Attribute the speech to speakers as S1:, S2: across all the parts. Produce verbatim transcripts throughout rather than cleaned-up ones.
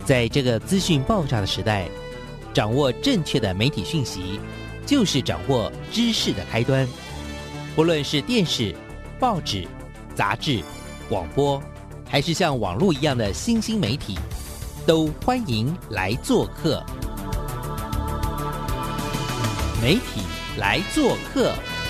S1: 在这个资讯爆炸的时代，掌握正确的媒体讯息，就是掌握知识的开端。不论是电视、报纸、杂志、广播，还是像网络一样的新兴媒体，都欢迎来做客。媒体来做客。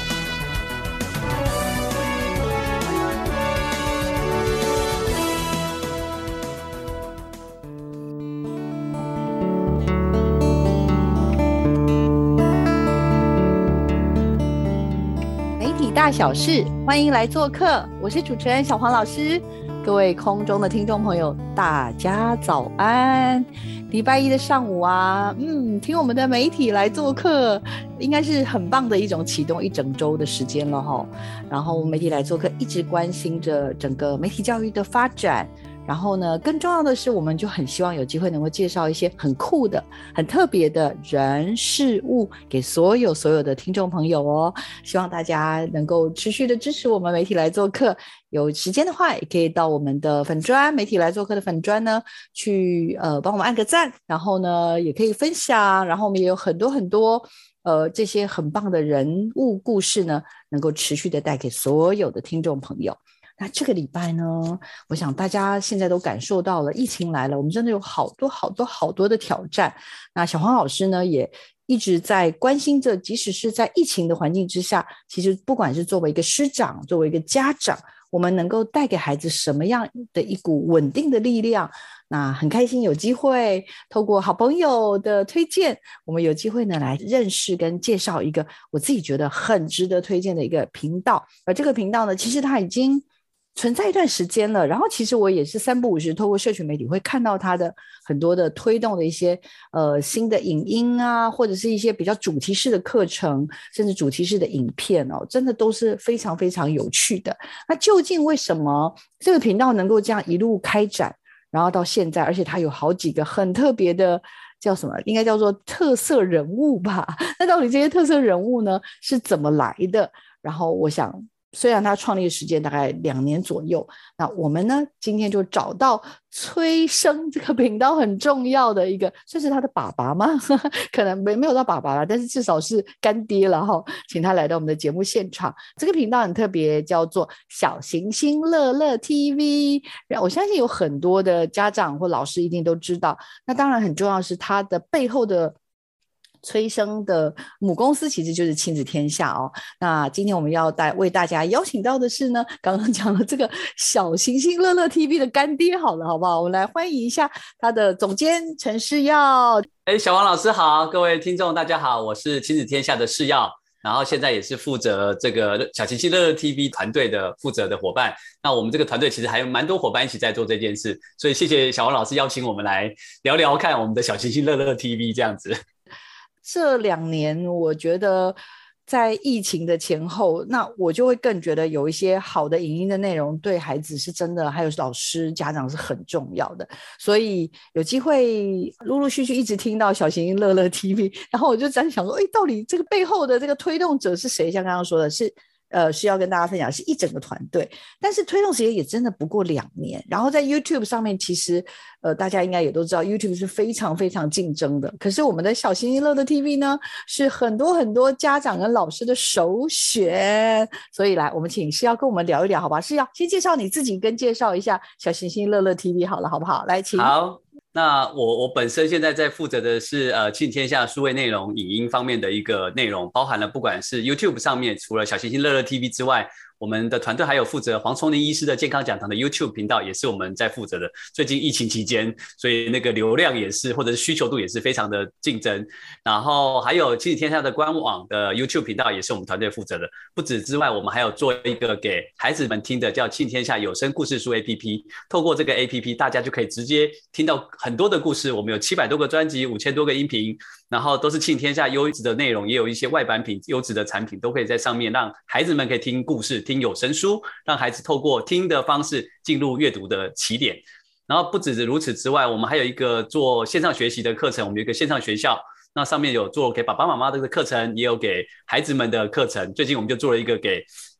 S2: 大小事，欢迎来做客，我是主持人小黄老师。各位空中的听众朋友，大家早安。礼拜一的上午啊，嗯，听我们的媒体来做客，应该是很棒的一种启动一整周的时间了齁。然后媒体来做客一直关心着整个媒体教育的发展，然后呢，更重要的是，我们就很希望有机会能够介绍一些很酷的、很特别的人事物给所有所有的听众朋友哦。希望大家能够持续的支持我们媒体来做客，有时间的话也可以到我们的粉专媒体来做客的粉专呢去呃帮我们按个赞，然后呢也可以分享，然后我们也有很多很多呃这些很棒的人物故事呢，能够持续的带给所有的听众朋友。那这个礼拜呢，我想大家现在都感受到了，疫情来了，我们真的有好多好多好多的挑战。那小黄老师呢，也一直在关心着，即使是在疫情的环境之下，其实不管是作为一个师长，作为一个家长，我们能够带给孩子什么样的一股稳定的力量。那很开心有机会透过好朋友的推荐，我们有机会呢来认识跟介绍一个我自己觉得很值得推荐的一个频道。而这个频道呢，其实它已经存在一段时间了，然后其实我也是三不五时透过社群媒体会看到它的很多的推动的一些呃新的影音啊，或者是一些比较主题式的课程，甚至主题式的影片哦，真的都是非常非常有趣的。那究竟为什么这个频道能够这样一路开展，然后到现在，而且它有好几个很特别的叫什么，应该叫做特色人物吧？那到底这些特色人物呢是怎么来的？然后我想虽然他创立的时间大概两年左右，那我们呢今天就找到催生这个频道很重要的一个，算是他的爸爸吗？可能没没有到爸爸啦，但是至少是干爹了哈，请他来到我们的节目现场。这个频道很特别，叫做小行星乐乐 T V， 我相信有很多的家长或老师一定都知道。那当然很重要的是他的背后的催生的母公司其实就是亲子天下哦。那今天我们要带为大家邀请到的是呢，刚刚讲了这个小行星乐乐 T V 的干爹，好了，好不好？我们来欢迎一下他的总监陈世耀。
S3: 哎，小王老师好，各位听众大家好，我是亲子天下的世耀，然后现在也是负责这个小行星乐乐 T V 团队的负责的伙伴。那我们这个团队其实还有蛮多伙伴一起在做这件事，所以谢谢小王老师邀请我们来聊聊看我们的小行星乐乐 T V 这样子。
S2: 这两年我觉得在疫情的前后，那我就会更觉得有一些好的影音的内容对孩子是真的，还有老师家长是很重要的。所以有机会陆陆续续一直听到小行星乐乐 T V， 然后我就在想说，哎，到底这个背后的这个推动者是谁？像刚刚说的是呃，是要跟大家分享是一整个团队，但是推动时间也真的不过两年。然后在 YouTube 上面，其实呃大家应该也都知道 YouTube 是非常非常竞争的，可是我们的小行星乐乐 T V 呢是很多很多家长跟老师的首选。所以来我们请世耀跟我们聊一聊好吧？世耀先介绍你自己跟介绍一下小行星乐乐 T V 好了，好不好？来请。
S3: 好，那我我本身现在在负责的是呃亲子天下数位内容影音方面的一个内容，包含了不管是 YouTube 上面除了小行星乐乐 T V 之外，我们的团队还有负责黄崇林医师的健康讲堂的 YouTube 频道，也是我们在负责的。最近疫情期间，所以那个流量也是或者是需求度也是非常的竞争。然后还有亲子天下的官网的 YouTube 频道也是我们团队负责的。不止之外，我们还有做一个给孩子们听的叫亲子天下有声故事书 A P P， 透过这个 A P P 大家就可以直接听到很多的故事。我们有七百多个专辑，五千多个音频，然后都是亲子天下优质的内容，也有一些外版品优质的产品都可以在上面让孩子们可以听故事听有声书，让孩子透过听的方式进入阅读的起点。然后不止如此之外，我们还有一个做线上学习的课程，我们有一个线上学校，那上面有做给爸爸妈妈的课程，也有给孩子们的课程。最近我们就做了一个给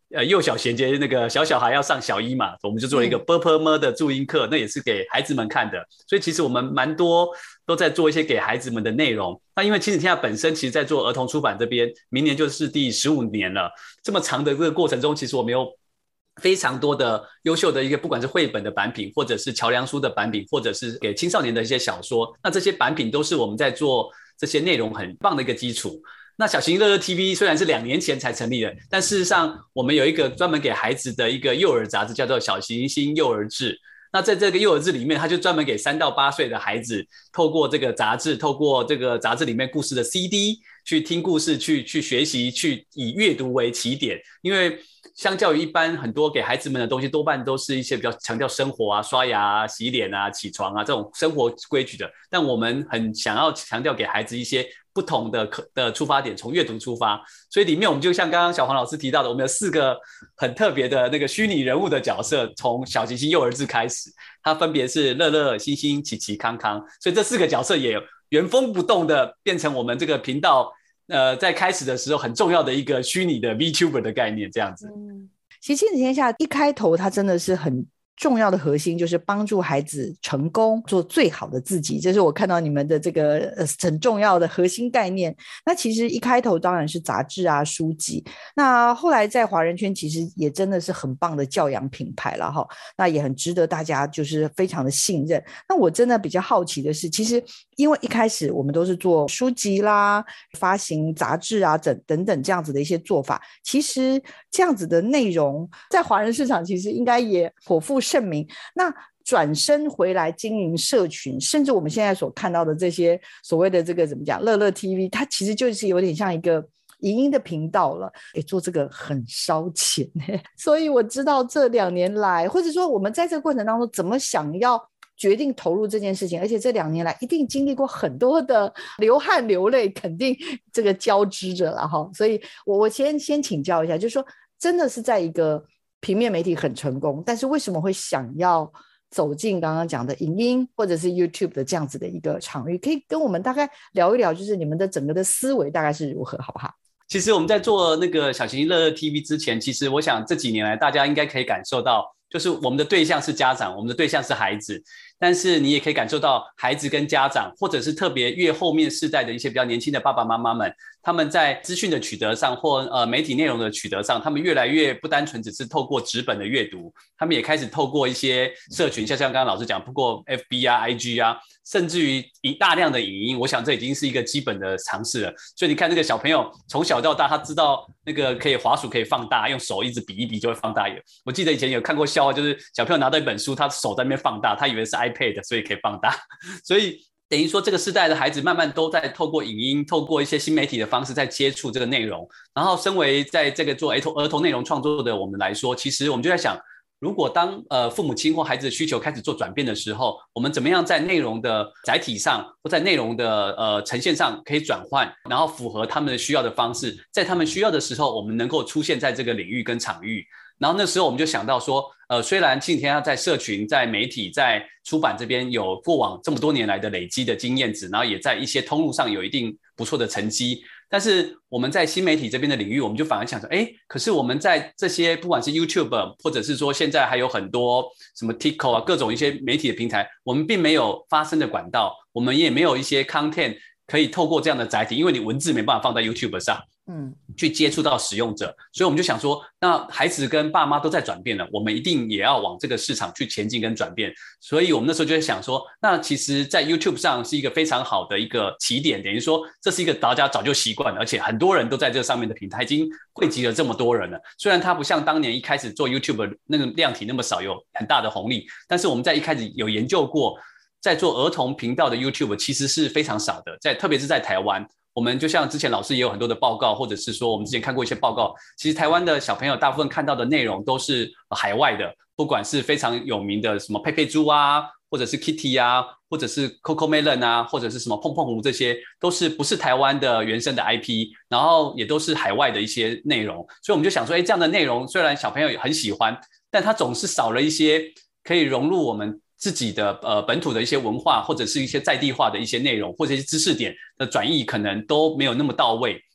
S3: 呃，幼小衔接那个小小孩要上小一嘛，我们就做了一个 b p m 的注音课，那也是给孩子们看的。所以其实我们蛮多都在做一些给孩子们的内容。那因为亲子天下本身其实在做儿童出版这边，明年就是第十五年了。这么长的这个过程中，其实我们有非常多的优秀的一个，不管是绘本的版品，或者是桥梁书的版品，或者是给青少年的一些小说，那这些版品都是我们在做这些内容很棒的一个基础。那小行星乐乐 T V 虽然是两年前才成立的，但事实上我们有一个专门给孩子的一个幼儿杂志，叫做小行星幼儿志。那在这个幼儿志里面，它就专门给三到八岁的孩子，透过这个杂志，透过这个杂志里面故事的 C D 去听故事，去去学习，去以阅读为起点。因为相较于一般很多给孩子们的东西，多半都是一些比较强调生活啊、刷牙啊、洗脸啊、起床啊这种生活规矩的，但我们很想要强调给孩子一些不同 的, 的出发点，从阅读出发。所以里面我们就像刚刚小黄老师提到的，我们有四个很特别的那个虚拟人物的角色，从小行星幼儿志开始，它分别是乐乐、星星、琪琪、康康。所以这四个角色也原封不动的变成我们这个频道呃，在开始的时候很重要的一个虚拟的 VTuber 的概念，这样子。
S2: 嗯，其实亲子天下一开头它真的是很重要的核心，就是帮助孩子成功做最好的自己，这是我看到你们的这个、呃、很重要的核心概念。那其实一开头当然是杂志啊书籍，那后来在华人圈其实也真的是很棒的教养品牌了哈，那也很值得大家就是非常的信任。那我真的比较好奇的是，其实因为一开始我们都是做书籍啦、发行杂志啊等等等这样子的一些做法，其实这样子的内容在华人市场其实应该也颇负盛名。那转身回来经营社群，甚至我们现在所看到的这些所谓的这个怎么讲乐乐 T V， 它其实就是有点像一个影音的频道了。诶，做这个很烧钱所以我知道这两年来，或者说我们在这个过程当中怎么想要决定投入这件事情，而且这两年来一定经历过很多的流汗流泪，肯定这个交织着了哈。所以我我先先请教一下，就是说真的是在一个平面媒体很成功，但是为什么会想要走进刚刚讲的影音或者是 YouTube 的这样子的一个场域？可以跟我们大概聊一聊，就是你们的整个的思维大概是如何，好不好？
S3: 其实我们在做那个小行星乐乐 T V 之前，其实我想这几年来大家应该可以感受到，就是我们的对象是家长，我们的对象是孩子，但是你也可以感受到孩子跟家长，或者是特别越后面世代的一些比较年轻的爸爸妈妈们，他们在资讯的取得上或呃媒体内容的取得上，他们越来越不单纯只是透过纸本的阅读，他们也开始透过一些社群，像像刚刚老师讲，包括 F B 啊 I G 啊，甚至于大量的影音，我想这已经是一个基本的尝试了。所以你看这个小朋友从小到大，他知道那个可以滑鼠可以放大，用手一直比一比就会放大。我记得以前有看过笑话，就是小朋友拿到一本书，他手在那边放大，他以为是 iPad 所以可以放大。所以等于说这个世代的孩子慢慢都在透过影音，透过一些新媒体的方式在接触这个内容。然后身为在这个做儿童儿童内容创作的我们来说，其实我们就在想，如果当呃父母亲或孩子的需求开始做转变的时候，我们怎么样在内容的载体上或在内容的呃呈现上可以转换，然后符合他们的需要的方式，在他们需要的时候我们能够出现在这个领域跟场域。然后那时候我们就想到说，呃，虽然亲子天下在社群、在媒体、在出版这边有过往这么多年来的累积的经验值，然后也在一些通路上有一定不错的成绩，但是我们在新媒体这边的领域，我们就反而想说，哎，可是我们在这些不管是 YouTube 或者是说现在还有很多什么 TikTok 啊各种一些媒体的平台，我们并没有发声的管道，我们也没有一些 content 可以透过这样的载体，因为你文字没办法放在 YouTube 上。嗯，去接触到使用者，所以我们就想说，那孩子跟爸妈都在转变了，我们一定也要往这个市场去前进跟转变。所以我们那时候就在想说，那其实在 YouTube 上是一个非常好的一个起点，等于说这是一个大家早就习惯了，而且很多人都在这上面的平台已经汇集了这么多人了。虽然它不像当年一开始做 YouTube 那个量体那么少，有很大的红利，但是我们在一开始有研究过，在做儿童频道的 YouTube 其实是非常少的，在特别是在台湾。我们就像之前老师也有很多的报告，或者是说我们之前看过一些报告，其实台湾的小朋友大部分看到的内容都是海外的，不管是非常有名的什么佩佩猪啊，或者是 Kitty 啊，或者是 Coco Melon 啊，或者是什么碰碰狐，这些都是不是台湾的原生的 I P， 然后也都是海外的一些内容。所以我们就想说，哎，这样的内容虽然小朋友也很喜欢，但它总是少了一些可以融入我们自己的呃本土的一些文化，或者是一些在地化的一些内容，或者是知识点的转译，可能都没有那么到位。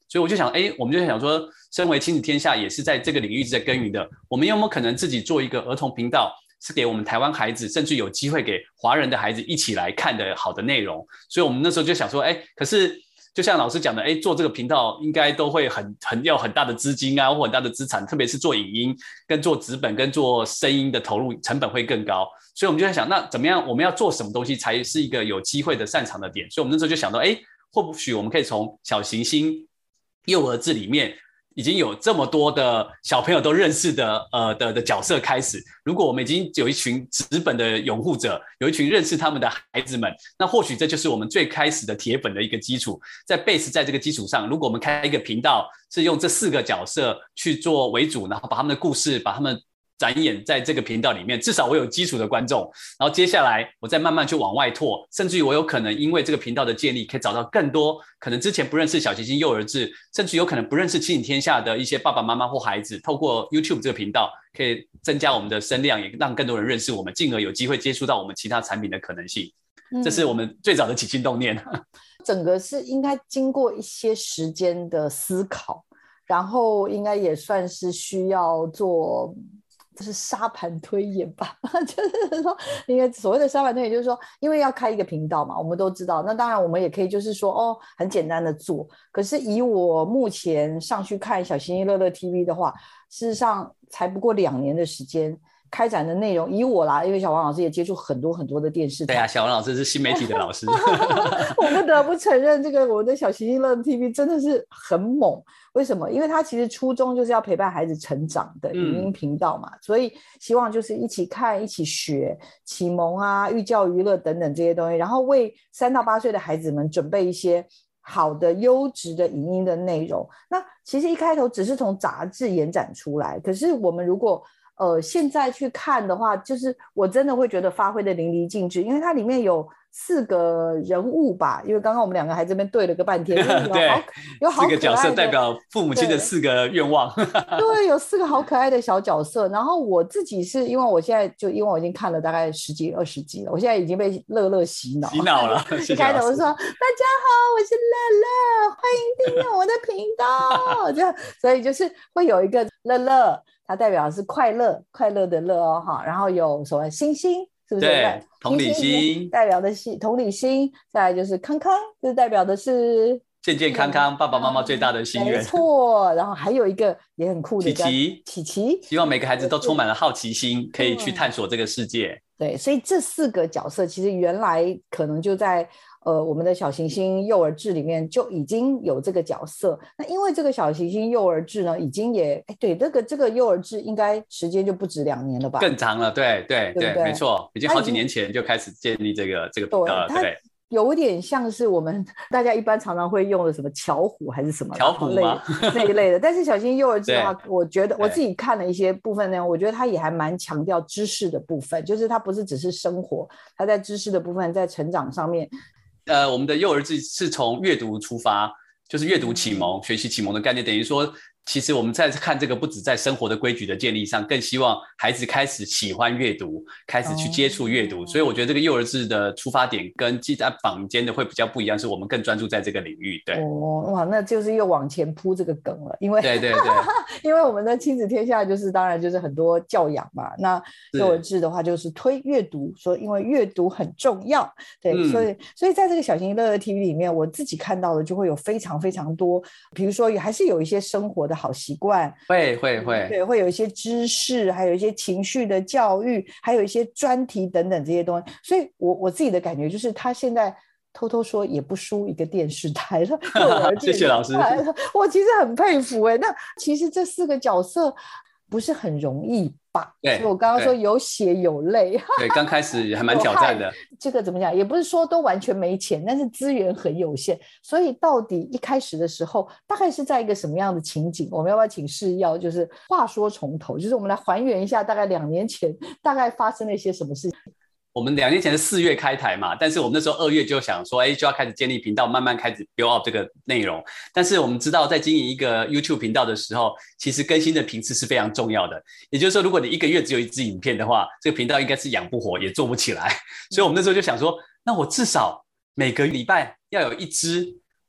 S3: 所以我就想，哎，我们就想说，身为亲子天下也是在这个领域在耕耘的，我们有没有可能自己做一个儿童频道，是给我们台湾孩子，甚至有机会给华人的孩子一起来看的好的内容？所以我们那时候就想说，哎，可是就像老师讲的，哎，做这个频道应该都会很很要很大的资金啊，或很大的资产，特别是做影音跟做纸本跟做声音的投入成本会更高。所以我们就在想，那怎么样我们要做什么东西才是一个有机会的擅长的点？所以我们那时候就想到，哎，或许我们可以从小行星幼儿志里面已经有这么多的小朋友都认识的呃 的, 的角色开始，如果我们已经有一群纸本的拥护者，有一群认识他们的孩子们，那或许这就是我们最开始的铁粉的一个基础。在 base 在这个基础上，如果我们开一个频道是用这四个角色去做为主，然后把他们的故事把他们展演在这个频道里面，至少我有基础的观众，然后接下来我再慢慢去往外拓，甚至于我有可能因为这个频道的建立，可以找到更多可能之前不认识小行星幼儿志，甚至有可能不认识亲子天下的一些爸爸妈妈或孩子，透过 YouTube 这个频道可以增加我们的声量，也让更多人认识我们，进而有机会接触到我们其他产品的可能性。嗯、这是我们最早的起心动念。
S2: 整个是应该经过一些时间的思考，然后应该也算是需要做就是沙盘推演吧。就是说因为所谓的沙盘推演就是说，因为要开一个频道嘛，我们都知道，那当然我们也可以就是说哦很简单的做，可是以我目前上去看小行星乐乐 T V 的话，事实上才不过两年的时间，开展的内容以我啦，因为小王老师也接触很多很多的电视台。
S3: 对啊，小王老师是新媒体的老师。
S2: 我不得不承认，这个我的小行星乐 T V 真的是很猛。为什么？因为它其实初衷就是要陪伴孩子成长的影音频道嘛、嗯、所以希望就是一起看一起学，启蒙啊寓教于乐等等这些东西，然后为三到八岁的孩子们准备一些好的优质的影音的内容。那其实一开头只是从杂志延展出来，可是我们如果呃现在去看的话，就是我真的会觉得发挥的淋漓尽致，因为它里面有四个人物吧，因为刚刚我们两个还这边对了个半天，有好
S3: 对，
S2: 有好可爱的
S3: 四个角色代表父母亲的四个愿望。
S2: 对，有四个好可爱的小角色。然后我自己是因为我现在就因为我已经看了大概十几二十集了，我现在已经被乐乐洗脑
S3: 洗脑了。
S2: 一开头我说大家好，我是乐乐，欢迎订阅我的频道。这样，所以就是会有一个乐乐，它代表的是快乐快乐的乐哦哈，然后有什么星星。是不是？
S3: 对，同理心
S2: 代表的是同理心，再来就是康康，这代表的是
S3: 健健康康，爸爸妈妈最大的心愿。
S2: 没错，然后还有一个也很酷的
S3: 琪琪，
S2: 琪琪，
S3: 希望每个孩子都充满了好奇心，可以去探索这个世界。
S2: 对，所以这四个角色其实原来可能就在呃我们的小行星幼儿志里面就已经有这个角色。那因为这个小行星幼儿志呢，已经也哎对，这个这个幼儿志应该时间就不止两年了吧？
S3: 更长了，对对 对,
S2: 对, 对，
S3: 没错，已经好几年前就开始建立这个这个频道了，对。
S2: 有点像是我们大家一般常常会用的什么巧虎还是什么
S3: 巧虎吗？
S2: 那一类的。但是小行星幼儿志的话，我觉得我自己看了一些部分内容，我觉得它也还蛮强调知识的部分，就是它不是只是生活，它在知识的部分，在成长上面。
S3: 呃，我们的幼儿志是从阅读出发，就是阅读启蒙、学习启蒙的概念，等于说。其实我们在看这个不只在生活的规矩的建立上，更希望孩子开始喜欢阅读，开始去接触阅读、哦、所以我觉得这个幼儿志的出发点跟其他坊间的会比较不一样，是我们更专注在这个领域。对，
S2: 哦，哇，那就是又往前铺这个梗了，因为
S3: 对对对，
S2: 因为我们的亲子天下就是当然就是很多教养嘛，那幼儿志的话就是推阅读，说因为阅读很重要，对、嗯、所以所以在这个小行星乐乐 T V 里面，我自己看到的就会有非常非常多，比如说还是有一些生活的好习惯，
S3: 会会会，
S2: 对，会有一些知識，还有一些情绪的教育，还有一些专题等等这些东西。所以我我自己的感觉就是他现在偷偷说也不输一个电视台了。
S3: 谢谢老师，
S2: 我其实很佩服哎、欸。那其实这四个角色不是很容易吧？
S3: 对，
S2: 所以我刚刚说有血有泪。
S3: 对，刚开始还蛮挑战的。
S2: 这个怎么讲？也不是说都完全没钱，但是资源很有限。所以到底一开始的时候，大概是在一个什么样的情景？我们要不要请世耀，就是话说从头，就是我们来还原一下，大概两年前大概发生了一些什么事情？
S3: 我们两年前的四月开台嘛，但是我们那时候二月就想说，哎，就要开始建立频道，慢慢开始 build up 这个内容。但是我们知道，在经营一个 YouTube 频道的时候，其实更新的频次是非常重要的。也就是说，如果你一个月只有一支影片的话，这个频道应该是养不活，也做不起来。所以我们那时候就想说，那我至少每个礼拜要有一支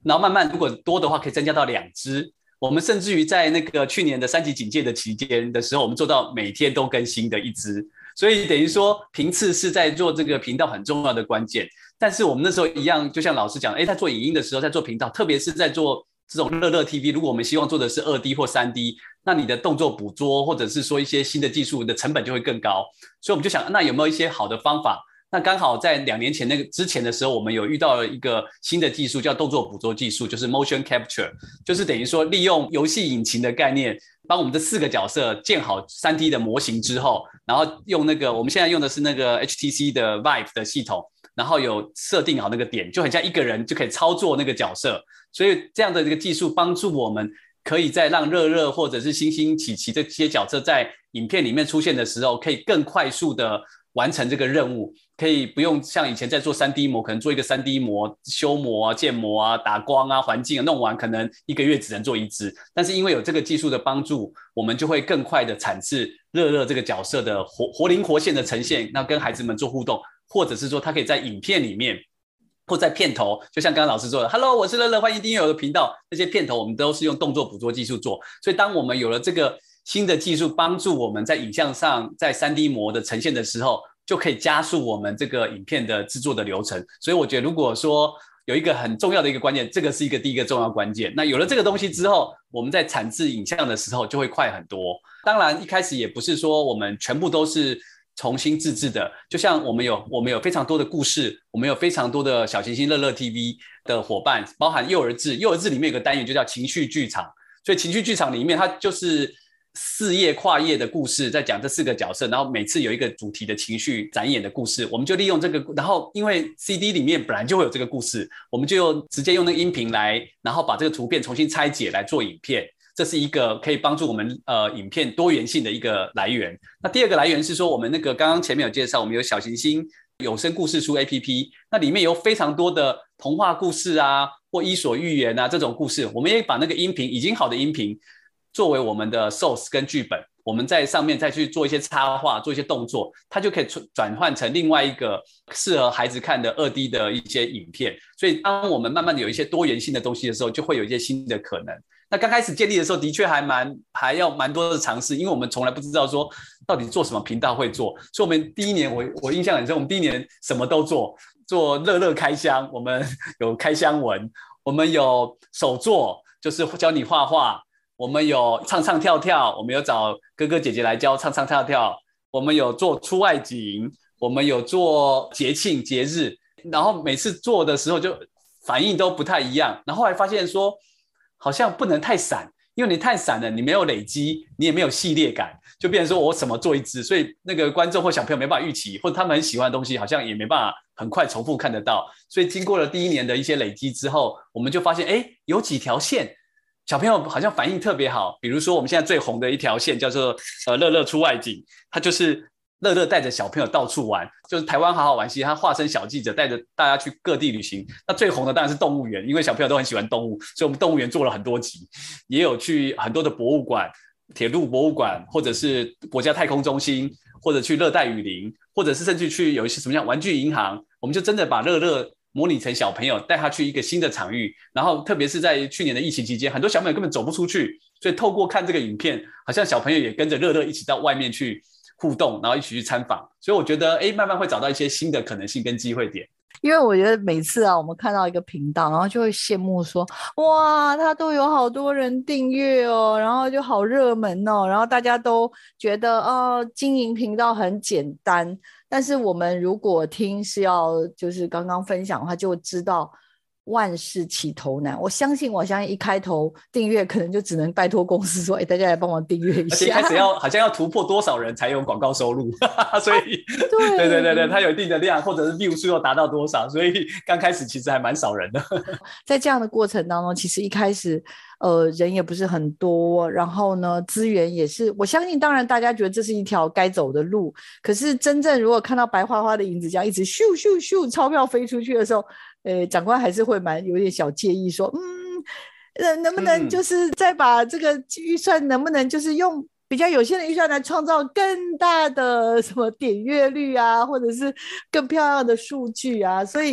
S3: 然后慢慢如果多的话可以增加到两支。我们甚至于在那个去年的三级警戒的期间的时候，我们做到每天都更新的一支。所以等于说频次是在做这个频道很重要的关键。但是我们那时候一样，就像老师讲，诶，在做影音的时候，在做频道，特别是在做这种乐乐 T V， 如果我们希望做的是 二 D 或 三 D， 那你的动作捕捉或者是说一些新的技术的成本就会更高。所以我们就想，那有没有一些好的方法？那刚好在两年前那个之前的时候，我们有遇到了一个新的技术，叫动作捕捉技术，就是 motion capture， 就是等于说利用游戏引擎的概念，帮我们这四个角色建好 三 D 的模型之后，然后用那个我们现在用的是那个 H T C 的 Vive 的系统，然后有设定好那个点，就很像一个人就可以操作那个角色。所以这样的一个技术帮助我们可以在让热热或者是星星、琪琪这些角色在影片里面出现的时候，可以更快速的完成这个任务，可以不用像以前在做 三 D 模，可能做一个 三 D 模修模啊、建模啊、打光啊、环境啊，弄完可能一个月只能做一支。但是因为有这个技术的帮助，我们就会更快的产制热热这个角色的活活灵活现的呈现，那跟孩子们做互动，或者是说他可以在影片里面或在片头，就像刚刚老师说的 Hello 我是乐乐，欢迎订阅我的频道，这些片头我们都是用动作捕捉技术做。所以当我们有了这个新的技术帮助我们在影像上在 三 D 模的呈现的时候，就可以加速我们这个影片的制作的流程。所以我觉得如果说有一个很重要的一个关键，这个是一个第一个重要关键。那有了这个东西之后，我们在产制影像的时候就会快很多。当然一开始也不是说我们全部都是重新自制的，就像我们有我们有非常多的故事，我们有非常多的小行星乐乐 T V 的伙伴，包含幼儿志，幼儿志里面有个单元就叫情绪剧场。所以情绪剧场里面它就是四页跨页的故事，在讲这四个角色，然后每次有一个主题的情绪展演的故事，我们就利用这个，然后因为 C D 里面本来就会有这个故事，我们就用直接用那个音频来，然后把这个图片重新拆解来做影片。这是一个可以帮助我们呃影片多元性的一个来源。那第二个来源是说，我们那个刚刚前面有介绍，我们有小行星有声故事书 A P P， 那里面有非常多的童话故事啊，或伊索寓言啊这种故事，我们也把那个音频已经好的音频作为我们的 source 跟剧本，我们在上面再去做一些插画，做一些动作，它就可以转换成另外一个适合孩子看的 二 D 的一些影片。所以当我们慢慢的有一些多元性的东西的时候，就会有一些新的可能。那刚开始建立的时候的确还蛮还要蛮多的尝试，因为我们从来不知道说到底做什么频道会做。所以我们第一年我我印象很深，我们第一年什么都做，做乐乐开箱，我们有开箱文，我们有手作，就是教你画画，我们有唱唱跳跳，我们有找哥哥姐姐来教唱唱跳跳，我们有做出外景，我们有做节庆节日，然后每次做的时候就反应都不太一样。然后后来发现说好像不能太散，因为你太散了，你没有累积，你也没有系列感，就变成说我什么做一支，所以那个观众或小朋友没办法预期，或者他们很喜欢的东西好像也没办法很快重复看得到。所以经过了第一年的一些累积之后，我们就发现哎，有几条线小朋友好像反应特别好。比如说我们现在最红的一条线叫做呃乐乐出外景，它就是乐乐带着小朋友到处玩，就是台湾好好玩系，他化身小记者带着大家去各地旅行。那最红的当然是动物园，因为小朋友都很喜欢动物，所以我们动物园做了很多集，也有去很多的博物馆，铁路博物馆，或者是国家太空中心，或者去热带雨林，或者是甚至去有一些什么样玩具银行，我们就真的把乐乐模拟成小朋友，带他去一个新的场域。然后特别是在去年的疫情期间，很多小朋友根本走不出去，所以透过看这个影片，好像小朋友也跟着乐乐一起到外面去互动，然后一起去参访。所以我觉得哎，慢慢会找到一些新的可能性跟机会点。
S2: 因为我觉得每次啊，我们看到一个频道，然后就会羡慕说，哇，它都有好多人订阅哦，然后就好热门哦，然后大家都觉得哦，经营频道很简单。但是我们如果听是要就是刚刚分享的话，就知道万事起头难。我相信我相信一开头订阅可能就只能拜托公司说，哎，大家来帮忙订阅一下，
S3: 而且开始要好像要突破多少人才有广告收入所以对对对对对，它有一定的量，或者是 view 数要达到多少，所以刚开始其实还蛮少人的
S2: 在这样的过程当中，其实一开始呃人也不是很多，然后呢资源也是，我相信当然大家觉得这是一条该走的路，可是真正如果看到白花花的影子这样一直咻咻咻钞票飞出去的时候，呃，长官还是会蛮有点小介意说，嗯，能不能就是再把这个预算能不能就是用比较有限的预算来创造更大的什么点阅率啊，或者是更漂亮的数据啊。所以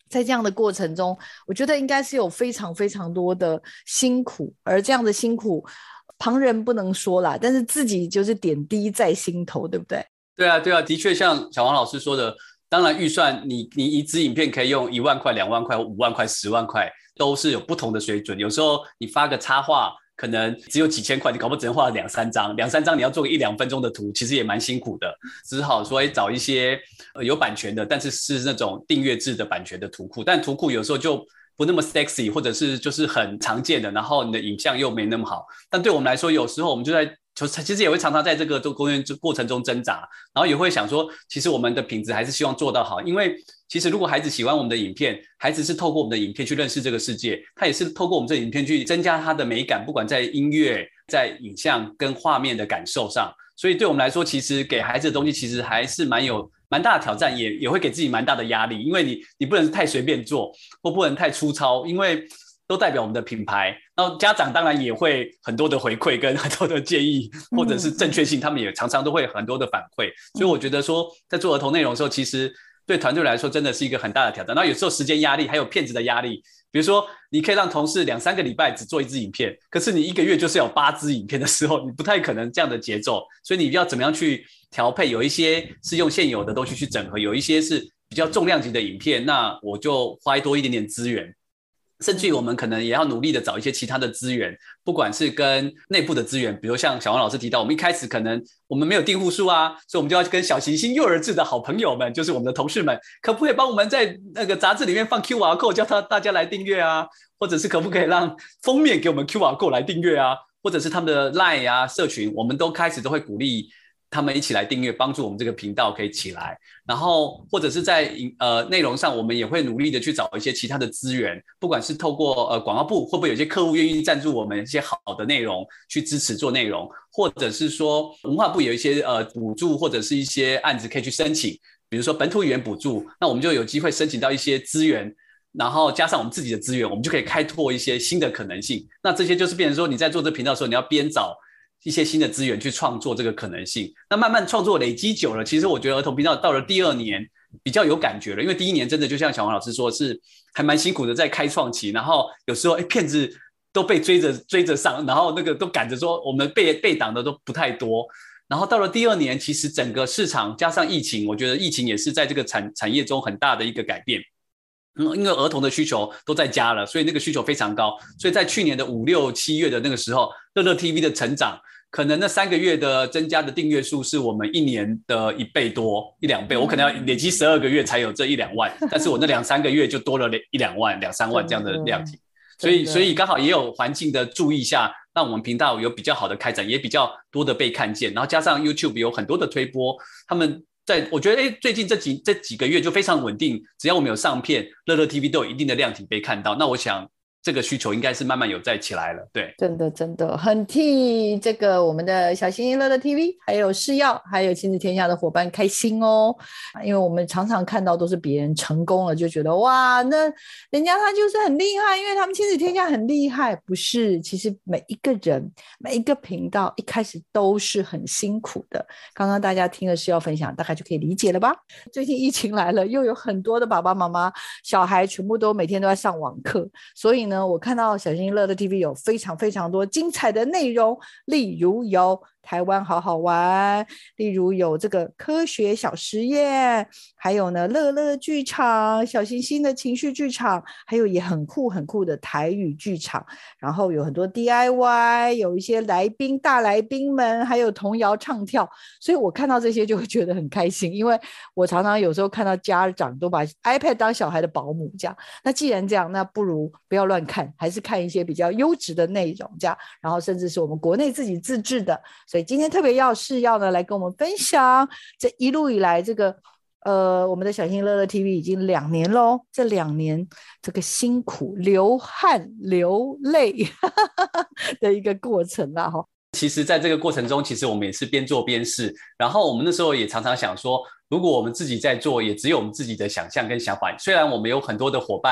S2: 在这样的过程中，我觉得应该是有非常非常多的辛苦，而这样的辛苦旁人不能说啦，但是自己就是点滴在心头，对不对？
S3: 对啊对啊，的确像小黄老师说的，当然预算你你一支影片可以用一万块两万块五万块十万块，都是有不同的水准。有时候你发个插画可能只有几千块，你搞不好只能画两三张，两三张你要做个一两分钟的图，其实也蛮辛苦的。只好说找一些、呃、有版权的，但是是那种订阅制的版权的图库，但图库有时候就不那么 sexy， 或者是就是很常见的，然后你的影像又没那么好。但对我们来说，有时候我们就在其实也会常常在这个过程中挣扎，然后也会想说，其实我们的品质还是希望做到好，因为其实如果孩子喜欢我们的影片，孩子是透过我们的影片去认识这个世界，他也是透过我们这个影片去增加他的美感，不管在音乐、在影像跟画面的感受上。所以对我们来说，其实给孩子的东西其实还是蛮有蛮大的挑战，也也会给自己蛮大的压力，因为你你不能太随便做，或不能太粗糙，因为都代表我们的品牌。然后家长当然也会很多的回馈跟很多的建议，或者是正确性，他们也常常都会很多的反馈。所以我觉得说，在做儿童内容的时候，其实对团队来说真的是一个很大的挑战。然后有时候时间压力，还有片子的压力。比如说，你可以让同事两三个礼拜只做一支影片，可是你一个月就是有八支影片的时候，你不太可能这样的节奏。所以你要怎么样去调配？有一些是用现有的东西去整合，有一些是比较重量级的影片，那我就花多一点点资源。甚至于我们可能也要努力的找一些其他的资源，不管是跟内部的资源，比如像小王老师提到，我们一开始可能我们没有订户数啊，所以我们就要跟小行星幼儿志的好朋友们，就是我们的同事们，可不可以帮我们在那个杂志里面放 Q R code， 叫他大家来订阅啊？或者是可不可以让封面给我们 Q R code 来订阅啊？或者是他们的 Line 啊社群，我们都开始都会鼓励他们一起来订阅，帮助我们这个频道可以起来。然后或者是在呃内容上，我们也会努力的去找一些其他的资源，不管是透过呃广告部，会不会有些客户愿意赞助我们一些好的内容去支持做内容，或者是说文化部有一些呃补助或者是一些案子可以去申请，比如说本土语言补助，那我们就有机会申请到一些资源。然后加上我们自己的资源，我们就可以开拓一些新的可能性。那这些就是变成说，你在做这频道的时候，你要边找一些新的资源去创作这个可能性。那慢慢创作累积久了，其实我觉得儿童频道到了第二年比较有感觉了，因为第一年真的就像小王老师说，是还蛮辛苦的在开创期，然后有时候哎片子都被追着追着上，然后那个都赶着说我们被被挡的都不太多。然后到了第二年，其实整个市场加上疫情，我觉得疫情也是在这个产产业中很大的一个改变。嗯，因为儿童的需求都在家了，所以那个需求非常高。所以在去年的五六七月的那个时候，乐乐 T V 的成长，可能那三个月的增加的订阅数是我们一年的一倍多一两倍。我可能要累积十二个月才有这一两万，但是我那两三个月就多了一两万、两三万这样的量体。所以，所以刚好也有环境的注意下，让我们频道有比较好的开展，也比较多的被看见。然后加上 YouTube 有很多的推播，他们。在我觉得诶最近这几这几个月就非常稳定，只要我们有上片，乐乐 T V 都有一定的量体被看到。那我想这个需求应该是慢慢有在起来了。对，
S2: 真的真的很替这个我们的小星星乐乐 T V 还有视药还有亲子天下的伙伴开心哦，因为我们常常看到都是别人成功了就觉得哇，那人家他就是很厉害，因为他们亲子天下很厉害。不是，其实每一个人每一个频道一开始都是很辛苦的。刚刚大家听了视药分享，大概就可以理解了吧。最近疫情来了，又有很多的爸爸妈妈小孩全部都每天都在上网课，所以呢我看到小星星乐乐 T V 有非常非常多精彩的内容，例如有台湾好好玩，例如有这个科学小实验，还有呢乐乐剧场，小星星的情绪剧场，还有也很酷很酷的台语剧场，然后有很多 D I Y， 有一些来宾大来宾们，还有童谣唱跳。所以我看到这些就会觉得很开心，因为我常常有时候看到家长都把 iPad 当小孩的保姆这样。那既然这样，那不如不要乱看，还是看一些比较优质的内容这样，然后甚至是我们国内自己自制的。所以今天特别要是要呢来跟我们分享这一路以来这个呃我们的小星星乐乐 T V 已经两年咯，这两年这个辛苦流汗流泪的一个过程啦齁。
S3: 其实在这个过程中，其实我们也是边做边试，然后我们那时候也常常想说，如果我们自己在做，也只有我们自己的想象跟想法。虽然我们有很多的伙伴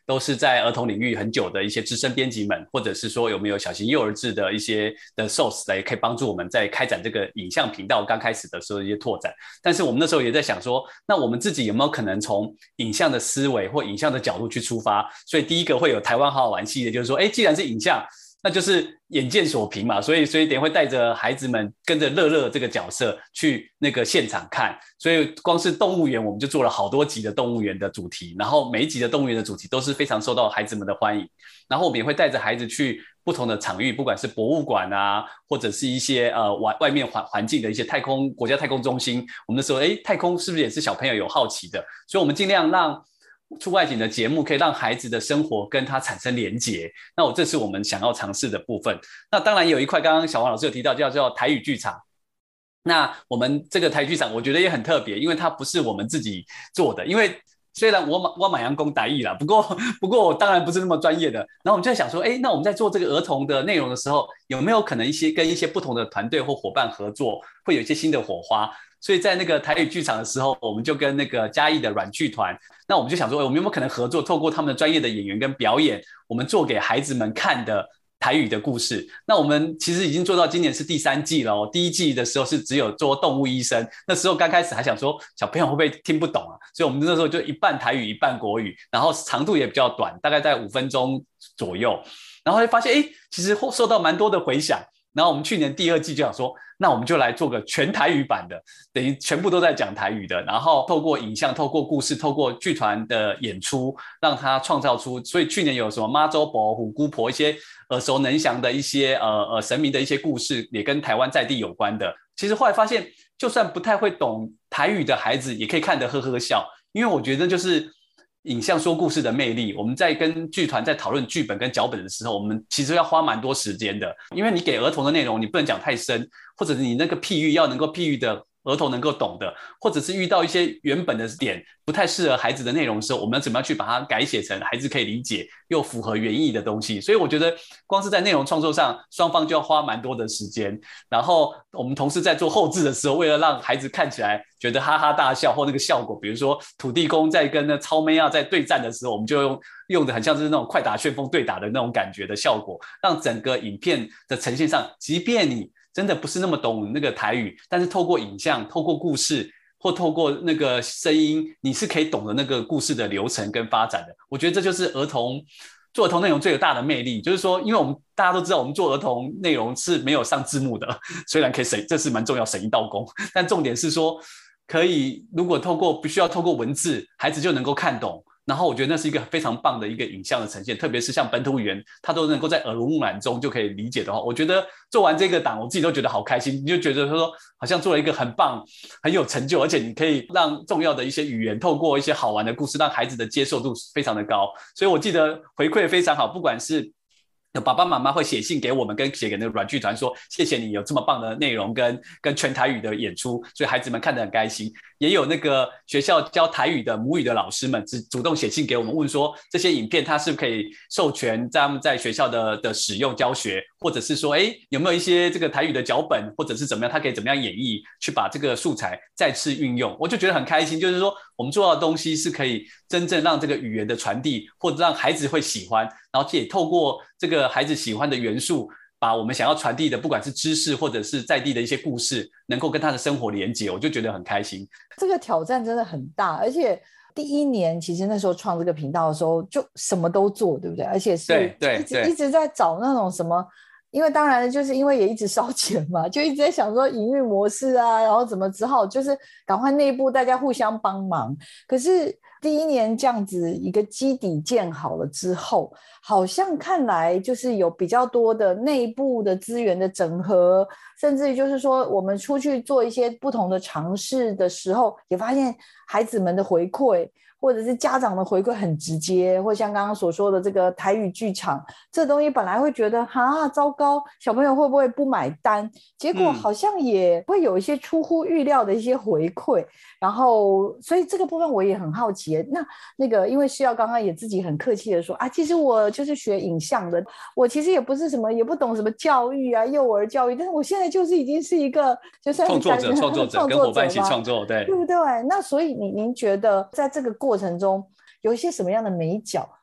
S3: 都是在儿童领域很久的一些资深编辑们，或者是说有没有小型幼儿制的一些的 source 来可以帮助我们在开展这个影像频道刚开始的时候的一些拓展。但是我们那时候也在想说，那我们自己有没有可能从影像的思维或影像的角度去出发？所以第一个会有台湾好好玩系列，就是说，哎，既然是影像，那就是眼见所凭嘛，所以所以等于会带着孩子们跟着乐乐这个角色去那个现场看，所以光是动物园我们就做了好多集的动物园的主题，然后每一集的动物园的主题都是非常受到孩子们的欢迎，然后我们也会带着孩子去不同的场域，不管是博物馆啊，或者是一些呃外外面环环境的一些太空国家太空中心，我们那时候哎太空是不是也是小朋友有好奇的，所以我们尽量让出外景的节目可以让孩子的生活跟他产生连结，那我这是我们想要尝试的部分。那当然有一块刚刚小黄老师有提到叫叫台语剧场，那我们这个台语剧场我觉得也很特别，因为它不是我们自己做的，因为虽然我我马阳公台语啦，不过不过我当然不是那么专业的。然后我们就在想说，哎，那我们在做这个儿童的内容的时候，有没有可能一些跟一些不同的团队或伙伴合作，会有一些新的火花？所以在那个台语剧场的时候，我们就跟那个嘉义的软剧团，那我们就想说，我们有没有可能合作，透过他们的专业的演员跟表演，我们做给孩子们看的台语的故事。那我们其实已经做到今年是第三季了哦，第一季的时候是只有做动物医生，那时候刚开始还想说小朋友会不会听不懂啊，所以我们那时候就一半台语一半国语，然后长度也比较短，大概在五分钟左右，然后会发现哎，其实受到蛮多的回响。然后我们去年第二季就想说，那我们就来做个全台语版的，等于全部都在讲台语的，然后透过影像、透过故事、透过剧团的演出，让它创造出。所以去年有什么妈祖婆、虎姑婆一些耳熟能详的一些呃呃神明的一些故事，也跟台湾在地有关的。其实后来发现，就算不太会懂台语的孩子，也可以看得呵呵笑，因为我觉得就是影像说故事的魅力。我们在跟剧团在讨论剧本跟脚本的时候，我们其实要花蛮多时间的，因为你给儿童的内容你不能讲太深，或者你那个譬喻要能够譬喻的儿童能够懂的，或者是遇到一些原本的点不太适合孩子的内容的时候，我们要怎么样去把它改写成孩子可以理解又符合原意的东西。所以我觉得光是在内容创作上双方就要花蛮多的时间，然后我们同事在做后制的时候，为了让孩子看起来觉得哈哈大笑或那个效果，比如说土地公在跟那超妹啊在对战的时候，我们就用用的很像是那种快打旋风对打的那种感觉的效果，让整个影片的呈现上，即便你真的不是那么懂那个台语，但是透过影像、透过故事或透过那个声音，你是可以懂得那个故事的流程跟发展的。我觉得这就是儿童做儿童内容最有大的魅力，就是说，因为我们大家都知道，我们做儿童内容是没有上字幕的，虽然可以省，这是蛮重要，省一道工，但重点是说，可以如果透过不需要透过文字，孩子就能够看懂。然后我觉得那是一个非常棒的一个影像的呈现，特别是像本土语言，它都能够在耳濡目染中就可以理解的话，我觉得做完这个档，我自己都觉得好开心，你就觉得说好像做了一个很棒、很有成就，而且你可以让重要的一些语言透过一些好玩的故事，让孩子的接受度非常的高。所以我记得回馈非常好，不管是爸爸妈妈会写信给我们，跟写给那个软剧团说，谢谢你有这么棒的内容跟跟全台语的演出，所以孩子们看得很开心。也有那个学校教台语的母语的老师们主动写信给我们，问说这些影片它是不是可以授权在他们在学校的的使用教学，或者是说，哎，有没有一些这个台语的脚本，或者是怎么样，他可以怎么样演绎，去把这个素材再次运用。我就觉得很开心，就是说我们做到的东西是可以真正让这个语言的传递，或者让孩子会喜欢，然后也透过这个孩子喜欢的元素，把我们想要传递的不管是知识或者是在地的一些故事能够跟他的生活连接，我就觉得很开心。
S2: 这个挑战真的很大，而且第一年其实那时候创这个频道的时候就什么都做，对不对？而且是一 直,
S3: 对对
S2: 一直在找那种什么，因为当然就是因为也一直烧钱嘛，就一直在想说营运模式啊，然后怎么只好就是赶快内部大家互相帮忙。可是第一年这样子一个基底建好了之后，好像看来就是有比较多的内部的资源的整合，甚至于就是说我们出去做一些不同的尝试的时候，也发现孩子们的回馈或者是家长的回馈很直接，或像刚刚所说的这个台语剧场，这东西本来会觉得哈糟糕，小朋友会不会不买单，结果好像也会有一些出乎预料的一些回馈、嗯、然后所以这个部分我也很好奇，那那个因为需要刚刚也自己很客气的说啊，其实我就是学影像的，我其实也不是什么也不懂什么教育啊幼儿教育，但是我现在就是已经是一个就是
S3: 创作者创作者跟伙伴一起创作，对
S2: 对不对？那所以你您觉得在这个过程中有一些什么样的眉角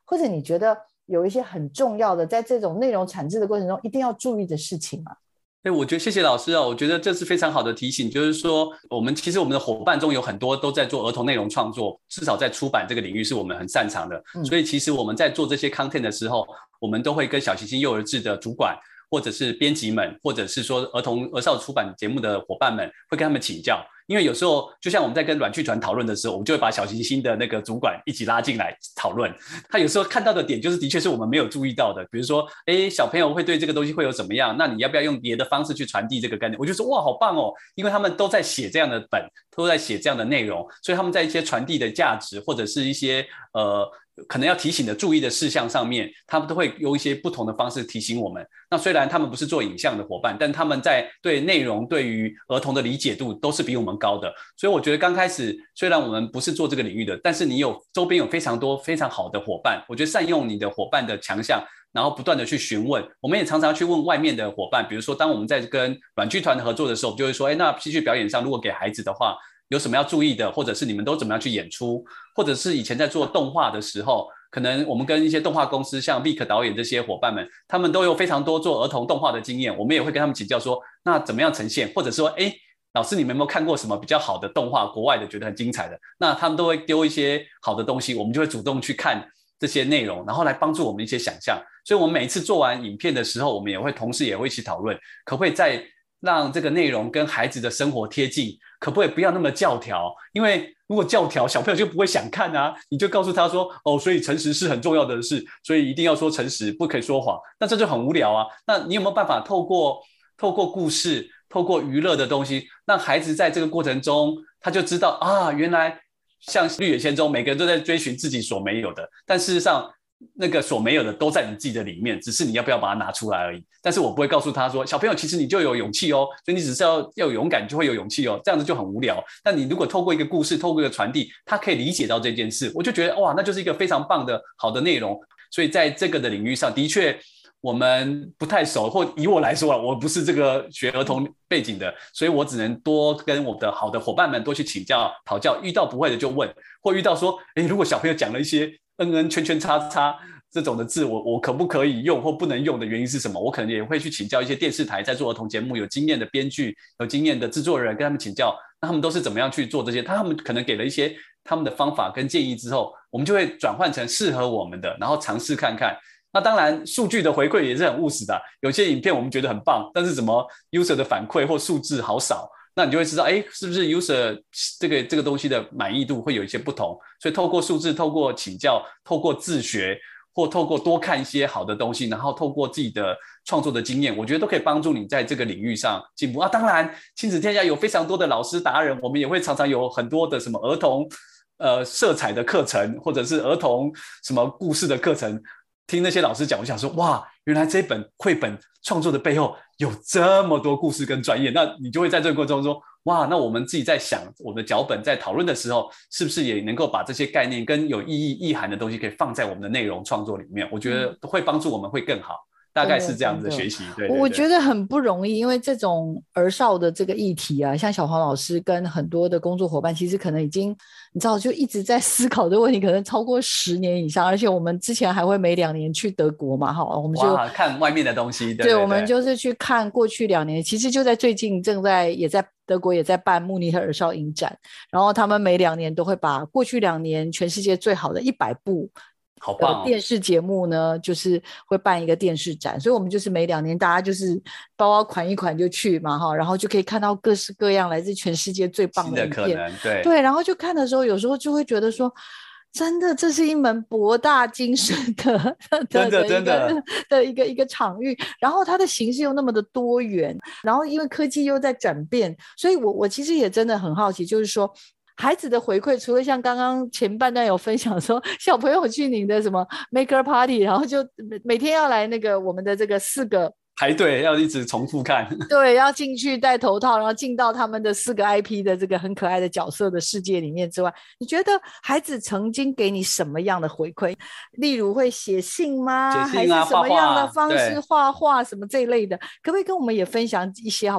S2: 或者你觉得有一些很重要的在这种内容产制的过程中一定要注意的事情吗？
S3: 对，我觉得谢谢老师啊，我觉得这是非常好的提醒，就是说我们其实我们的伙伴中有很多都在做儿童内容创作，至少在出版这个领域是我们很擅长的，嗯、所以其实我们在做这些 content 的时候，我们都会跟小行星幼儿志的主管或者是编辑们，或者是说儿童儿少出版节目的伙伴们，会跟他们请教。因为有时候就像我们在跟软剧团讨论的时候，我们就会把小行星的那个主管一起拉进来讨论，他有时候看到的点就是的确是我们没有注意到的，比如说诶小朋友会对这个东西会有怎么样，那你要不要用别的方式去传递这个概念，我就说哇好棒哦，因为他们都在写这样的本，都在写这样的内容，所以他们在一些传递的价值或者是一些呃可能要提醒的注意的事项上面，他们都会用一些不同的方式提醒我们。那虽然他们不是做影像的伙伴，但他们在对内容对于儿童的理解度都是比我们高的，所以我觉得刚开始虽然我们不是做这个领域的，但是你有周边有非常多非常好的伙伴，我觉得善用你的伙伴的强项，然后不断的去询问。我们也常常去问外面的伙伴，比如说当我们在跟软剧团合作的时候，我们就会说诶那戏剧表演上如果给孩子的话有什么要注意的，或者是你们都怎么样去演出，或者是以前在做动画的时候，可能我们跟一些动画公司像 Vic 导演这些伙伴们，他们都有非常多做儿童动画的经验，我们也会跟他们请教说那怎么样呈现，或者说诶老师你们有没有看过什么比较好的动画，国外的觉得很精彩的，那他们都会丢一些好的东西，我们就会主动去看这些内容，然后来帮助我们一些想象。所以我们每一次做完影片的时候，我们也会同事也会一起讨论，可不可以再让这个内容跟孩子的生活贴近，可不可以不要那么教条，因为如果教条小朋友就不会想看啊，你就告诉他说哦，所以诚实是很重要的事，所以一定要说诚实，不可以说谎，那这就很无聊啊。那你有没有办法透过透过故事透过娱乐的东西，让孩子在这个过程中他就知道啊，原来像绿野仙踪每个人都在追寻自己所没有的，但事实上那个所没有的都在你自己的里面，只是你要不要把它拿出来而已。但是我不会告诉他说小朋友其实你就有勇气哦，所以你只是要要有勇敢就会有勇气哦，这样子就很无聊。但你如果透过一个故事透过一个传递，他可以理解到这件事，我就觉得哇那就是一个非常棒的好的内容。所以在这个的领域上的确我们不太熟，或以我来说啊，我不是这个学儿童背景的，所以我只能多跟我的好的伙伴们多去请教讨教，遇到不会的就问，或遇到说诶如果小朋友讲了一些嗯嗯圈圈叉叉这种的字，我我可不可以用或不能用的原因是什么，我可能也会去请教一些电视台在做儿童节目有经验的编剧有经验的制作人，跟他们请教那他们都是怎么样去做这些，他们可能给了一些他们的方法跟建议之后，我们就会转换成适合我们的，然后尝试看看。那当然数据的回馈也是很务实的、啊、有些影片我们觉得很棒，但是怎么 user 的反馈或数字好少，那你就会知道诶是不是 user 这个这个东西的满意度会有一些不同。所以透过数字透过请教透过自学或透过多看一些好的东西，然后透过自己的创作的经验，我觉得都可以帮助你在这个领域上进步啊。当然亲子天下有非常多的老师达人，我们也会常常有很多的什么儿童呃色彩的课程，或者是儿童什么故事的课程，听那些老师讲，我想说哇原来这本绘本创作的背后有这么多故事跟专业，那你就会在这个过程中说哇那我们自己在想我们的脚本在讨论的时候，是不是也能够把这些概念跟有意义意涵的东西可以放在我们的内容创作里面，我觉得会帮助我们会更好，大概是这样子的学习。对对对，
S2: 我觉得很不容易，因为这种儿少的这个议题啊，像小黄老师跟很多的工作伙伴其实可能已经你知道就一直在思考这个问题，可能超过十年以上，而且我们之前还会每两年去德国嘛，好，我们就
S3: 看外面的东西。 对,
S2: 对, 对, 对，我们就是去看过去两年，其实就在最近正在也在德国也在办慕尼黑儿少影展，然后他们每两年都会把过去两年全世界最好的一百部
S3: 好棒、哦、
S2: 电视节目呢就是会办一个电视展，所以我们就是每两年大家就是包包款一款就去嘛哈，然后就可以看到各式各样来自全世界最棒的影片，
S3: 新的可能。对
S2: 对，然后就看的时候有时候就会觉得说真的这是一门博大精深的
S3: 真的真的
S2: 的一个一个场域，然后它的形式又那么的多元，然后因为科技又在转变，所以我我其实也真的很好奇，就是说孩子的回馈，除了像刚刚前半段有分享说小朋友去你的什么 maker party， 然后就每天要来那个我们的这个四个
S3: 排队要一直重复看，
S2: 对，要进去戴头套，然后进到他们的四个 I P 的这个很可爱的角色的世界里面之外，你觉得孩子曾经给你什么样的回馈？例如会写信吗？
S3: 写信啊，
S2: 还是什么样的方式
S3: 画画
S2: 画画什么这一类的，可不可以跟我们也分享一些好吧？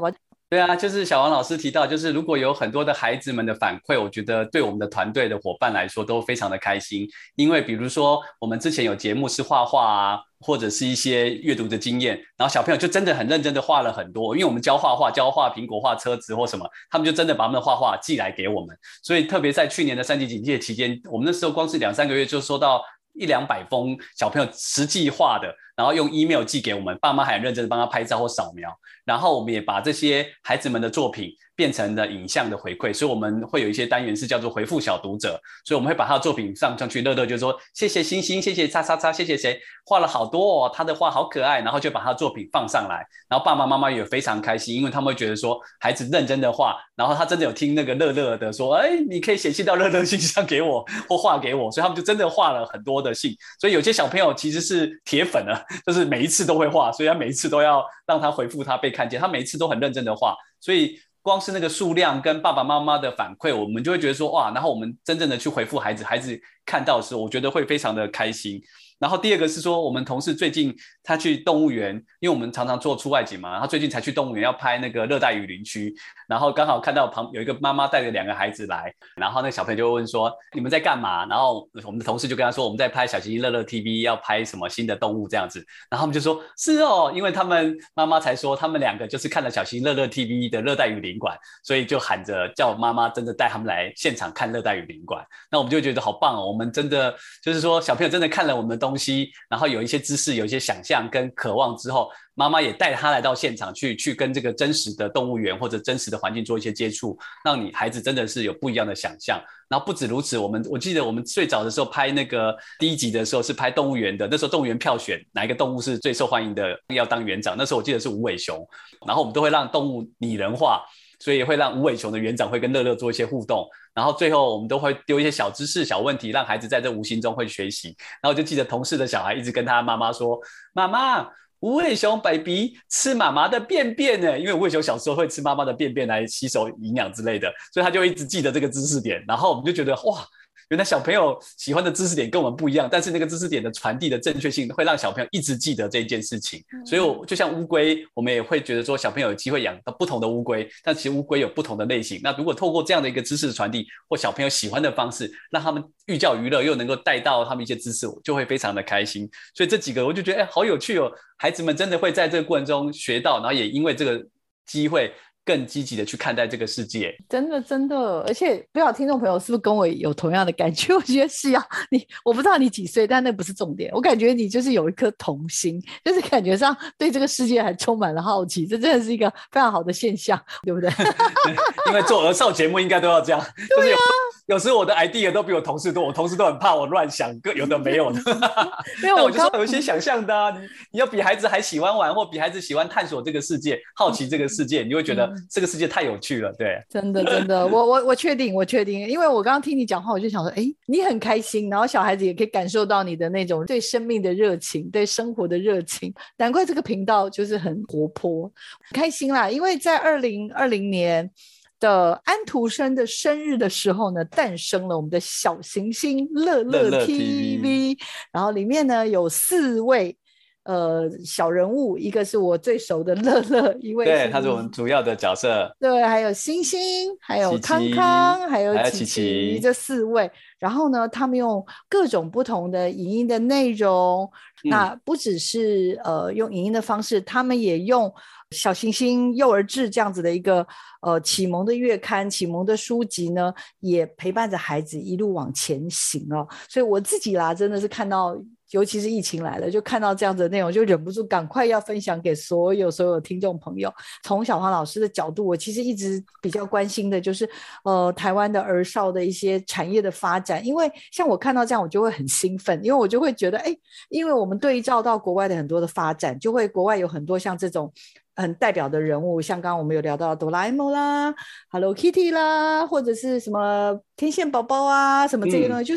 S3: 对啊，就是小王老师提到，就是如果有很多的孩子们的反馈，我觉得对我们的团队的伙伴来说都非常的开心。因为比如说我们之前有节目是画画啊，或者是一些阅读的经验，然后小朋友就真的很认真的画了很多，因为我们教画画，教画苹果、画车子或什么，他们就真的把他们的画画寄来给我们。所以特别在去年的三级警戒期间，我们那时候光是两三个月就收到一两百封小朋友实际画的，然后用 email 寄给我们，爸妈还很认真的帮他拍照或扫描。然后我们也把这些孩子们的作品变成了影像的回馈，所以我们会有一些单元是叫做回复小读者，所以我们会把他的作品上上去，乐乐就说谢谢星星，谢谢叉叉叉，谢谢谁画了好多哦，他的画好可爱，然后就把他的作品放上来，然后爸爸妈妈也非常开心，因为他们会觉得说孩子认真的画，然后他真的有听那个乐乐的说，哎，你可以写信到乐乐信箱给我或画给我，所以他们就真的画了很多的信，所以有些小朋友其实是铁粉了，就是每一次都会画，所以他每一次都要让他回复他被看见，他每一次都很认真的画，所以光是那个数量跟爸爸妈妈的反馈，我们就会觉得说哇，然后我们真正的去回复孩子，孩子看到的时候，我觉得会非常的开心。然后第二个是说，我们同事最近他去动物园，因为我们常常做出外景嘛，他最近才去动物园要拍那个热带雨林区，然后刚好看到旁有一个妈妈带着两个孩子来，然后那个小朋友就会问说你们在干嘛？然后我们的同事就跟他说我们在拍小星星乐乐 T V 要拍什么新的动物这样子，然后他们就说是哦，因为他们妈妈才说他们两个就是看了小星星乐乐 T V 的热带雨林馆，所以就喊着叫妈妈真的带他们来现场看热带雨林馆。那我们就觉得好棒哦，我们真的就是说小朋友真的看了我们的东西，然后有一些知识有一些想象跟渴望之后，妈妈也带他来到现场去去跟这个真实的动物园或者真实的环境做一些接触，让你孩子真的是有不一样的想象。然后不止如此，我们我记得我们最早的时候拍那个第一集的时候是拍动物园的，那时候动物园票选哪一个动物是最受欢迎的要当园长，那时候我记得是无尾熊，然后我们都会让动物拟人化，所以会让无尾熊的园长会跟乐乐做一些互动，然后最后我们都会丢一些小知识小问题，让孩子在这无形中会学习。然后我就记得同事的小孩一直跟他妈妈说，妈妈，无尾熊 baby 吃妈妈的便便呢，因为无尾熊小时候会吃妈妈的便便来吸收营养之类的，所以他就一直记得这个知识点。然后我们就觉得哇，原来小朋友喜欢的知识点跟我们不一样，但是那个知识点的传递的正确性会让小朋友一直记得这一件事情。所以我就像乌龟，我们也会觉得说小朋友有机会养到不同的乌龟，但其实乌龟有不同的类型。那如果透过这样的一个知识的传递或小朋友喜欢的方式，让他们寓教于乐，又能够带到他们一些知识，就会非常的开心。所以这几个我就觉得哎，好有趣哦，孩子们真的会在这个过程中学到，然后也因为这个机会更积极的去看待这个世界。
S2: 真的真的，而且不知道听众朋友是不是跟我有同样的感觉？我觉得是啊，你我不知道你几岁，但那不是重点。我感觉你就是有一颗童心，就是感觉上对这个世界还充满了好奇，这真的是一个非常好的现象，对不对？
S3: 因为做儿少节目应该都要这样，就是有有时候我的 idea 都比我同事多，我同事都很怕我乱想，有的没有的。那我就说有一些想象的啊，你你要比孩子还喜欢玩，或比孩子喜欢探索这个世界，好奇这个世界，你就会觉得这个世界太有趣了。对，
S2: 真的真的，我我我确定，我确定，因为我刚刚听你讲话，我就想说，哎，你很开心，然后小孩子也可以感受到你的那种对生命的热情，对生活的热情，难怪这个频道就是很活泼，开心啦。因为在二零二零年的安徒生的生日的时候呢，诞生了我们的小行星乐乐 T V， 然后里面呢有四位呃小人物，一个是我最熟的乐乐，一位
S3: 对，他是我们主要的角色，
S2: 对，还有星星，还有康康，还有琪琪，这四位。然后呢，他们用各种不同的影音的内容，嗯、那不只是呃用影音的方式，他们也用小行星幼儿志这样子的一个呃启蒙的月刊、启蒙的书籍呢，也陪伴着孩子一路往前行哦。所以我自己啦，真的是看到。尤其是疫情来了，就看到这样子的内容，就忍不住赶快要分享给所有所有听众朋友。从小黄老师的角度，我其实一直比较关心的就是呃台湾的儿少的一些产业的发展，因为像我看到这样我就会很兴奋，因为我就会觉得哎，因为我们对照到国外的很多的发展，就会国外有很多像这种很代表的人物，像刚刚我们有聊到哆啦 A 梦啦 Hello Kitty 啦，或者是什么天线宝宝啊什么这些东西、嗯、就是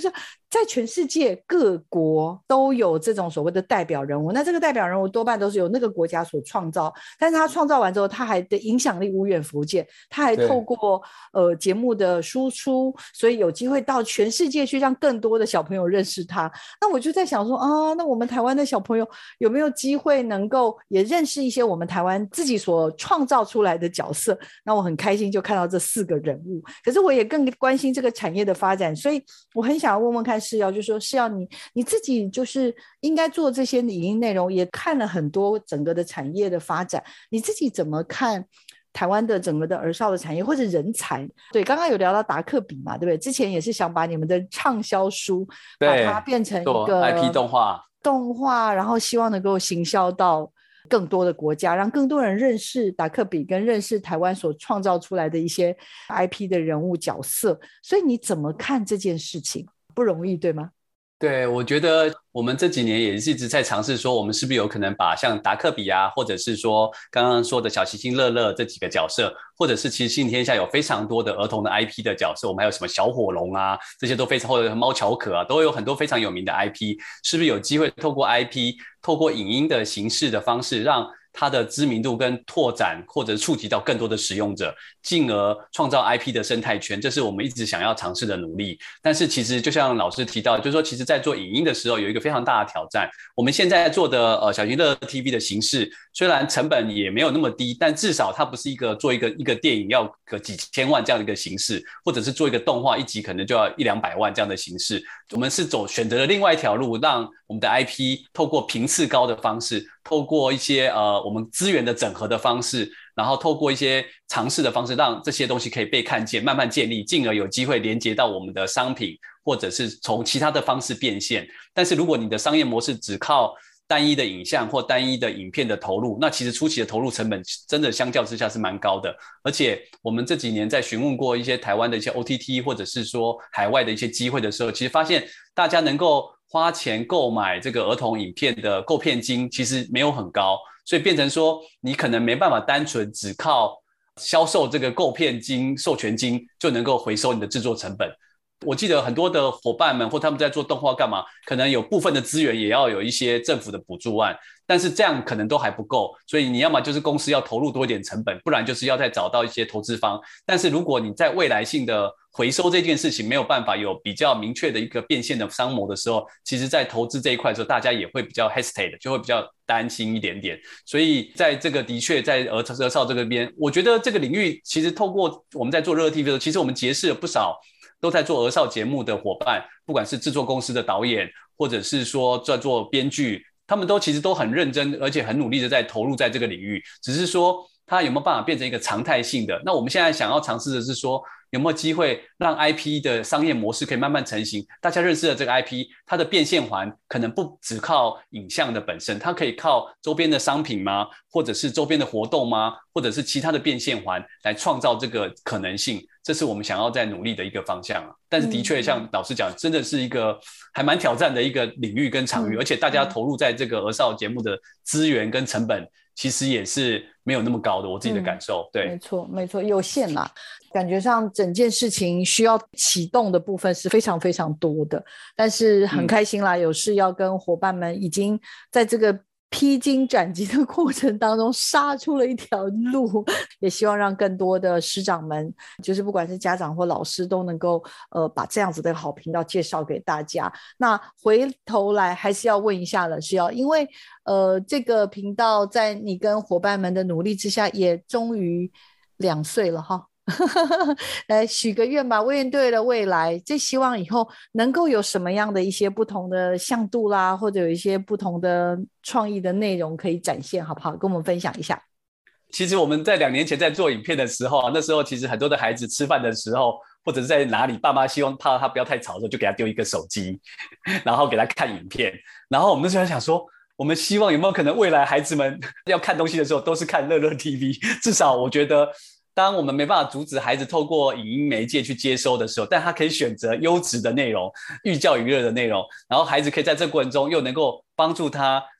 S2: 在全世界各国都有这种所谓的代表人物，那这个代表人物多半都是由那个国家所创造，但是他创造完之后，他还的影响力无远弗届，他还透过呃节目的输出，所以有机会到全世界去让更多的小朋友认识他。那我就在想说啊，那我们台湾的小朋友有没有机会能够也认识一些我们台湾自己所创造出来的角色？那我很开心就看到这四个人物，可是我也更关心这个产业的发展，所以我很想要问问看世尧，就是说世尧你你自己就是应该做这些影音内容，也看了很多整个的产业的发展，你自己怎么看台湾的整个的儿少的产业或者人才？对，刚刚有聊到达克比嘛，对不对？之前也是想把你们的畅销书把它变成一个
S3: I P 动画
S2: 动画，然后希望能够行销到更多的国家，让更多人认识达克比跟认识台湾所创造出来的一些 I P 的人物角色。所以你怎么看这件事情？不容易，对吗？
S3: 对，我觉得我们这几年也是一直在尝试说，我们是不是有可能把像达克比啊，或者是说刚刚说的小行星乐乐这几个角色，或者是其实信天下有非常多的儿童的 I P 的角色，我们还有什么小火龙啊，这些都非常，或者猫巧可啊，都有很多非常有名的 I P， 是不是有机会透过 I P， 透过影音的形式的方式，让它的知名度跟拓展，或者触及到更多的使用者，进而创造 I P 的生态圈，这是我们一直想要尝试的努力。但是其实就像老师提到，就是说其实在做影音的时候有一个非常大的挑战。我们现在做的呃小型乐 T V 的形式，虽然成本也没有那么低，但至少它不是一个做一个一个电影要个几千万这样的一个形式，或者是做一个动画一集可能就要一两百万这样的形式。我们是走选择了另外一条路，让我们的 I P 透过频次高的方式，透过一些呃我们资源的整合的方式，然后透过一些尝试的方式，让这些东西可以被看见，慢慢建立，进而有机会连接到我们的商品，或者是从其他的方式变现。但是如果你的商业模式只靠单一的影像或单一的影片的投入，那其实初期的投入成本真的相较之下是蛮高的。而且我们这几年在询问过一些台湾的一些 O T T 或者是说海外的一些机会的时候，其实发现大家能够花钱购买这个儿童影片的购片金其实没有很高，所以变成说你可能没办法单纯只靠销售这个购片金授权金就能够回收你的制作成本。我记得很多的伙伴们或他们在做动画干嘛，可能有部分的资源也要有一些政府的补助案，但是这样可能都还不够，所以你要么就是公司要投入多一点成本，不然就是要再找到一些投资方。但是如果你在未来性的回收这件事情没有办法有比较明确的一个变现的商模的时候，其实在投资这一块的时候大家也会比较 hesitate， 就会比较担心一点点。所以在这个的确在儿儿少这个边，我觉得这个领域其实透过我们在做热 T V 的时候，其实我们结识了不少都在做儿少节目的伙伴，不管是制作公司的导演，或者是说在做编剧，他们都其实都很认真，而且很努力的在投入在这个领域，只是说它有没有办法变成一个常态性的。那我们现在想要尝试的是说，有没有机会让 I P 的商业模式可以慢慢成型，大家认识了这个 I P， 它的变现环可能不只靠影像的本身，它可以靠周边的商品吗？或者是周边的活动吗？或者是其他的变现环来创造这个可能性，这是我们想要在努力的一个方向啊。但是的确像老师讲，真的是一个还蛮挑战的一个领域跟场域，而且大家投入在这个儿少节目的资源跟成本其实也是没有那么高的，我自己的感受。嗯、对，
S2: 没错没错，有限啦。感觉上整件事情需要启动的部分是非常非常多的，但是很开心啦，嗯、有事要跟伙伴们已经在这个披荆斩棘的过程当中杀出了一条路，也希望让更多的师长们，就是不管是家长或老师都能够呃把这样子的好频道介绍给大家。那回头来还是要问一下了，是要因为呃这个频道在你跟伙伴们的努力之下也终于两岁了哈。来许个愿吧，愿对了未来，最希望以后能够有什么样的一些不同的向度啦，或者有一些不同的创意的内容可以展现，好不好？跟我们分享一下。
S3: 其实我们在两年前在做影片的时候啊，那时候其实很多的孩子吃饭的时候，或者是在哪里，爸妈希望怕他不要太吵的时候，就给他丢一个手机，然后给他看影片。然后我们那时候想说，我们希望有没有可能未来孩子们要看东西的时候都是看乐乐 T V， 至少我觉得当我们没办法阻止孩子透过影音媒介去接收的时候，但他可以选择优质的内容，寓教于乐的内容，然后孩子可以在这个过程中又能够帮助他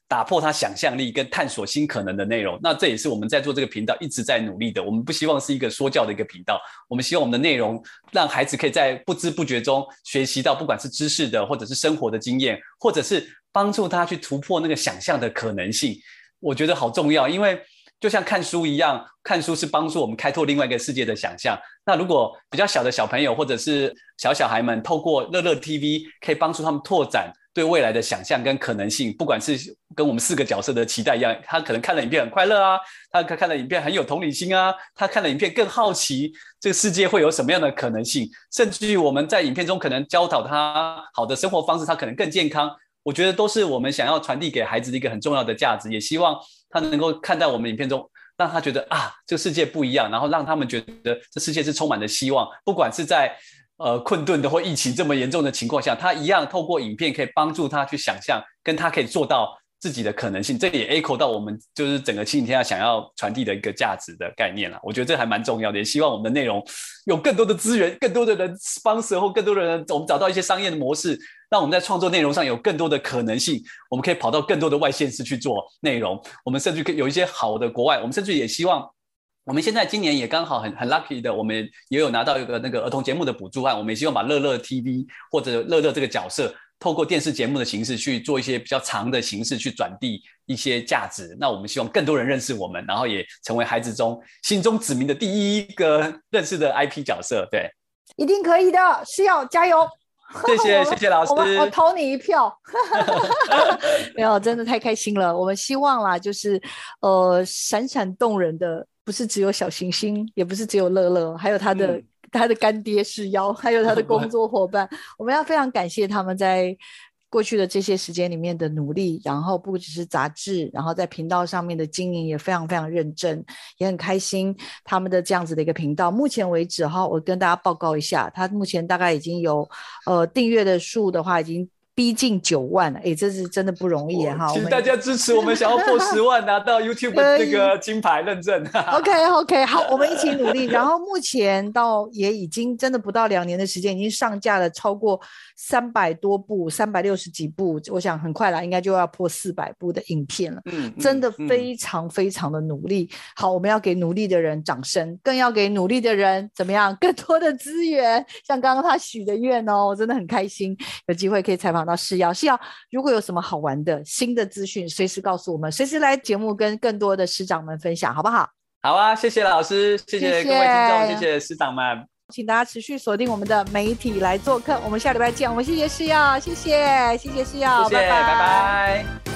S3: 打破他想象力跟探索新可能的内容。那这也是我们在做这个频道一直在努力的。我们不希望是一个说教的一个频道，我们希望我们的内容让孩子可以在不知不觉中学习到不管是知识的或者是生活的经验，或者是帮助他去突破那个想象的可能性。我觉得好重要，因为就像看书一样，看书是帮助我们开拓另外一个世界的想象。那如果比较小的小朋友或者是小小孩们透过乐乐 T V 可以帮助他们拓展对未来的想象跟可能性，不管是跟我们四个角色的期待一样，他可能看了影片很快乐啊，他看了影片很有同理心啊，他看了影片更好奇这个世界会有什么样的可能性，甚至于我们在影片中可能教导他好的生活方式，他可能更健康。我觉得都是我们想要传递给孩子的一个很重要的价值，也希望他能够看在我们影片中，让他觉得啊，这个世界不一样，然后让他们觉得这世界是充满了希望，不管是在呃困顿的或疫情这么严重的情况下，他一样透过影片可以帮助他去想象，跟他可以做到自己的可能性。这也 echo 到我们就是整个亲子天下想要传递的一个价值的概念啦。我觉得这还蛮重要的，也希望我们的内容有更多的资源，更多的人 sponsor 或更多的人，我们找到一些商业的模式，让我们在创作内容上有更多的可能性。我们可以跑到更多的外县市去做内容，我们甚至可以有一些好的国外，我们甚至也希望。我们现在今年也刚好很很 lucky 的，我们也有拿到一个那个儿童节目的补助案，我们也希望把乐乐 T V 或者乐乐这个角色，透过电视节目的形式去做一些比较长的形式去转递一些价值。那我们希望更多人认识我们，然后也成为孩子中心中指明的第一个认识的 I P 角色。对，
S2: 一定可以的，是要加油！
S3: 谢谢谢谢老师，
S2: 我, 我, 我投你一票。没有，真的太开心了。我们希望啦，就是呃闪闪动人的。不是只有小行星，也不是只有乐乐，还有他的、嗯、他的干爹世尧，还有他的工作伙伴。我们要非常感谢他们在过去的这些时间里面的努力，然后不只是杂志，然后在频道上面的经营也非常非常认真，也很开心他们的这样子的一个频道。目前为止哈，我跟大家报告一下，他目前大概已经有呃订阅的数的话已经逼近九万了，哎，这是真的不容易哈！
S3: 请大家支持我们，想要破十万，拿到 YouTube 那个金牌认证。
S2: OK OK， 好，我们一起努力。然后目前到也已经真的不到两年的时间，已经上架了超过三百多部，三百六十几部，我想很快啦，应该就要破四百部的影片了。嗯，真的非常非常的努力。嗯、好，我们要给努力的人掌声，更要给努力的人怎么样？更多的资源，像刚刚他许的愿哦，我真的很开心，有机会可以采访到世尧。世尧，如果有什么好玩的新的资讯，随时告诉我们，随时来节目跟更多的师长们分享，好不好？
S3: 好啊，谢谢老师，谢谢各位听众，谢谢师长们，
S2: 请大家持续锁定我们的媒体来做客，我们下礼拜见，我们谢谢世尧，谢谢谢谢世尧，
S3: 谢谢，拜拜。拜拜。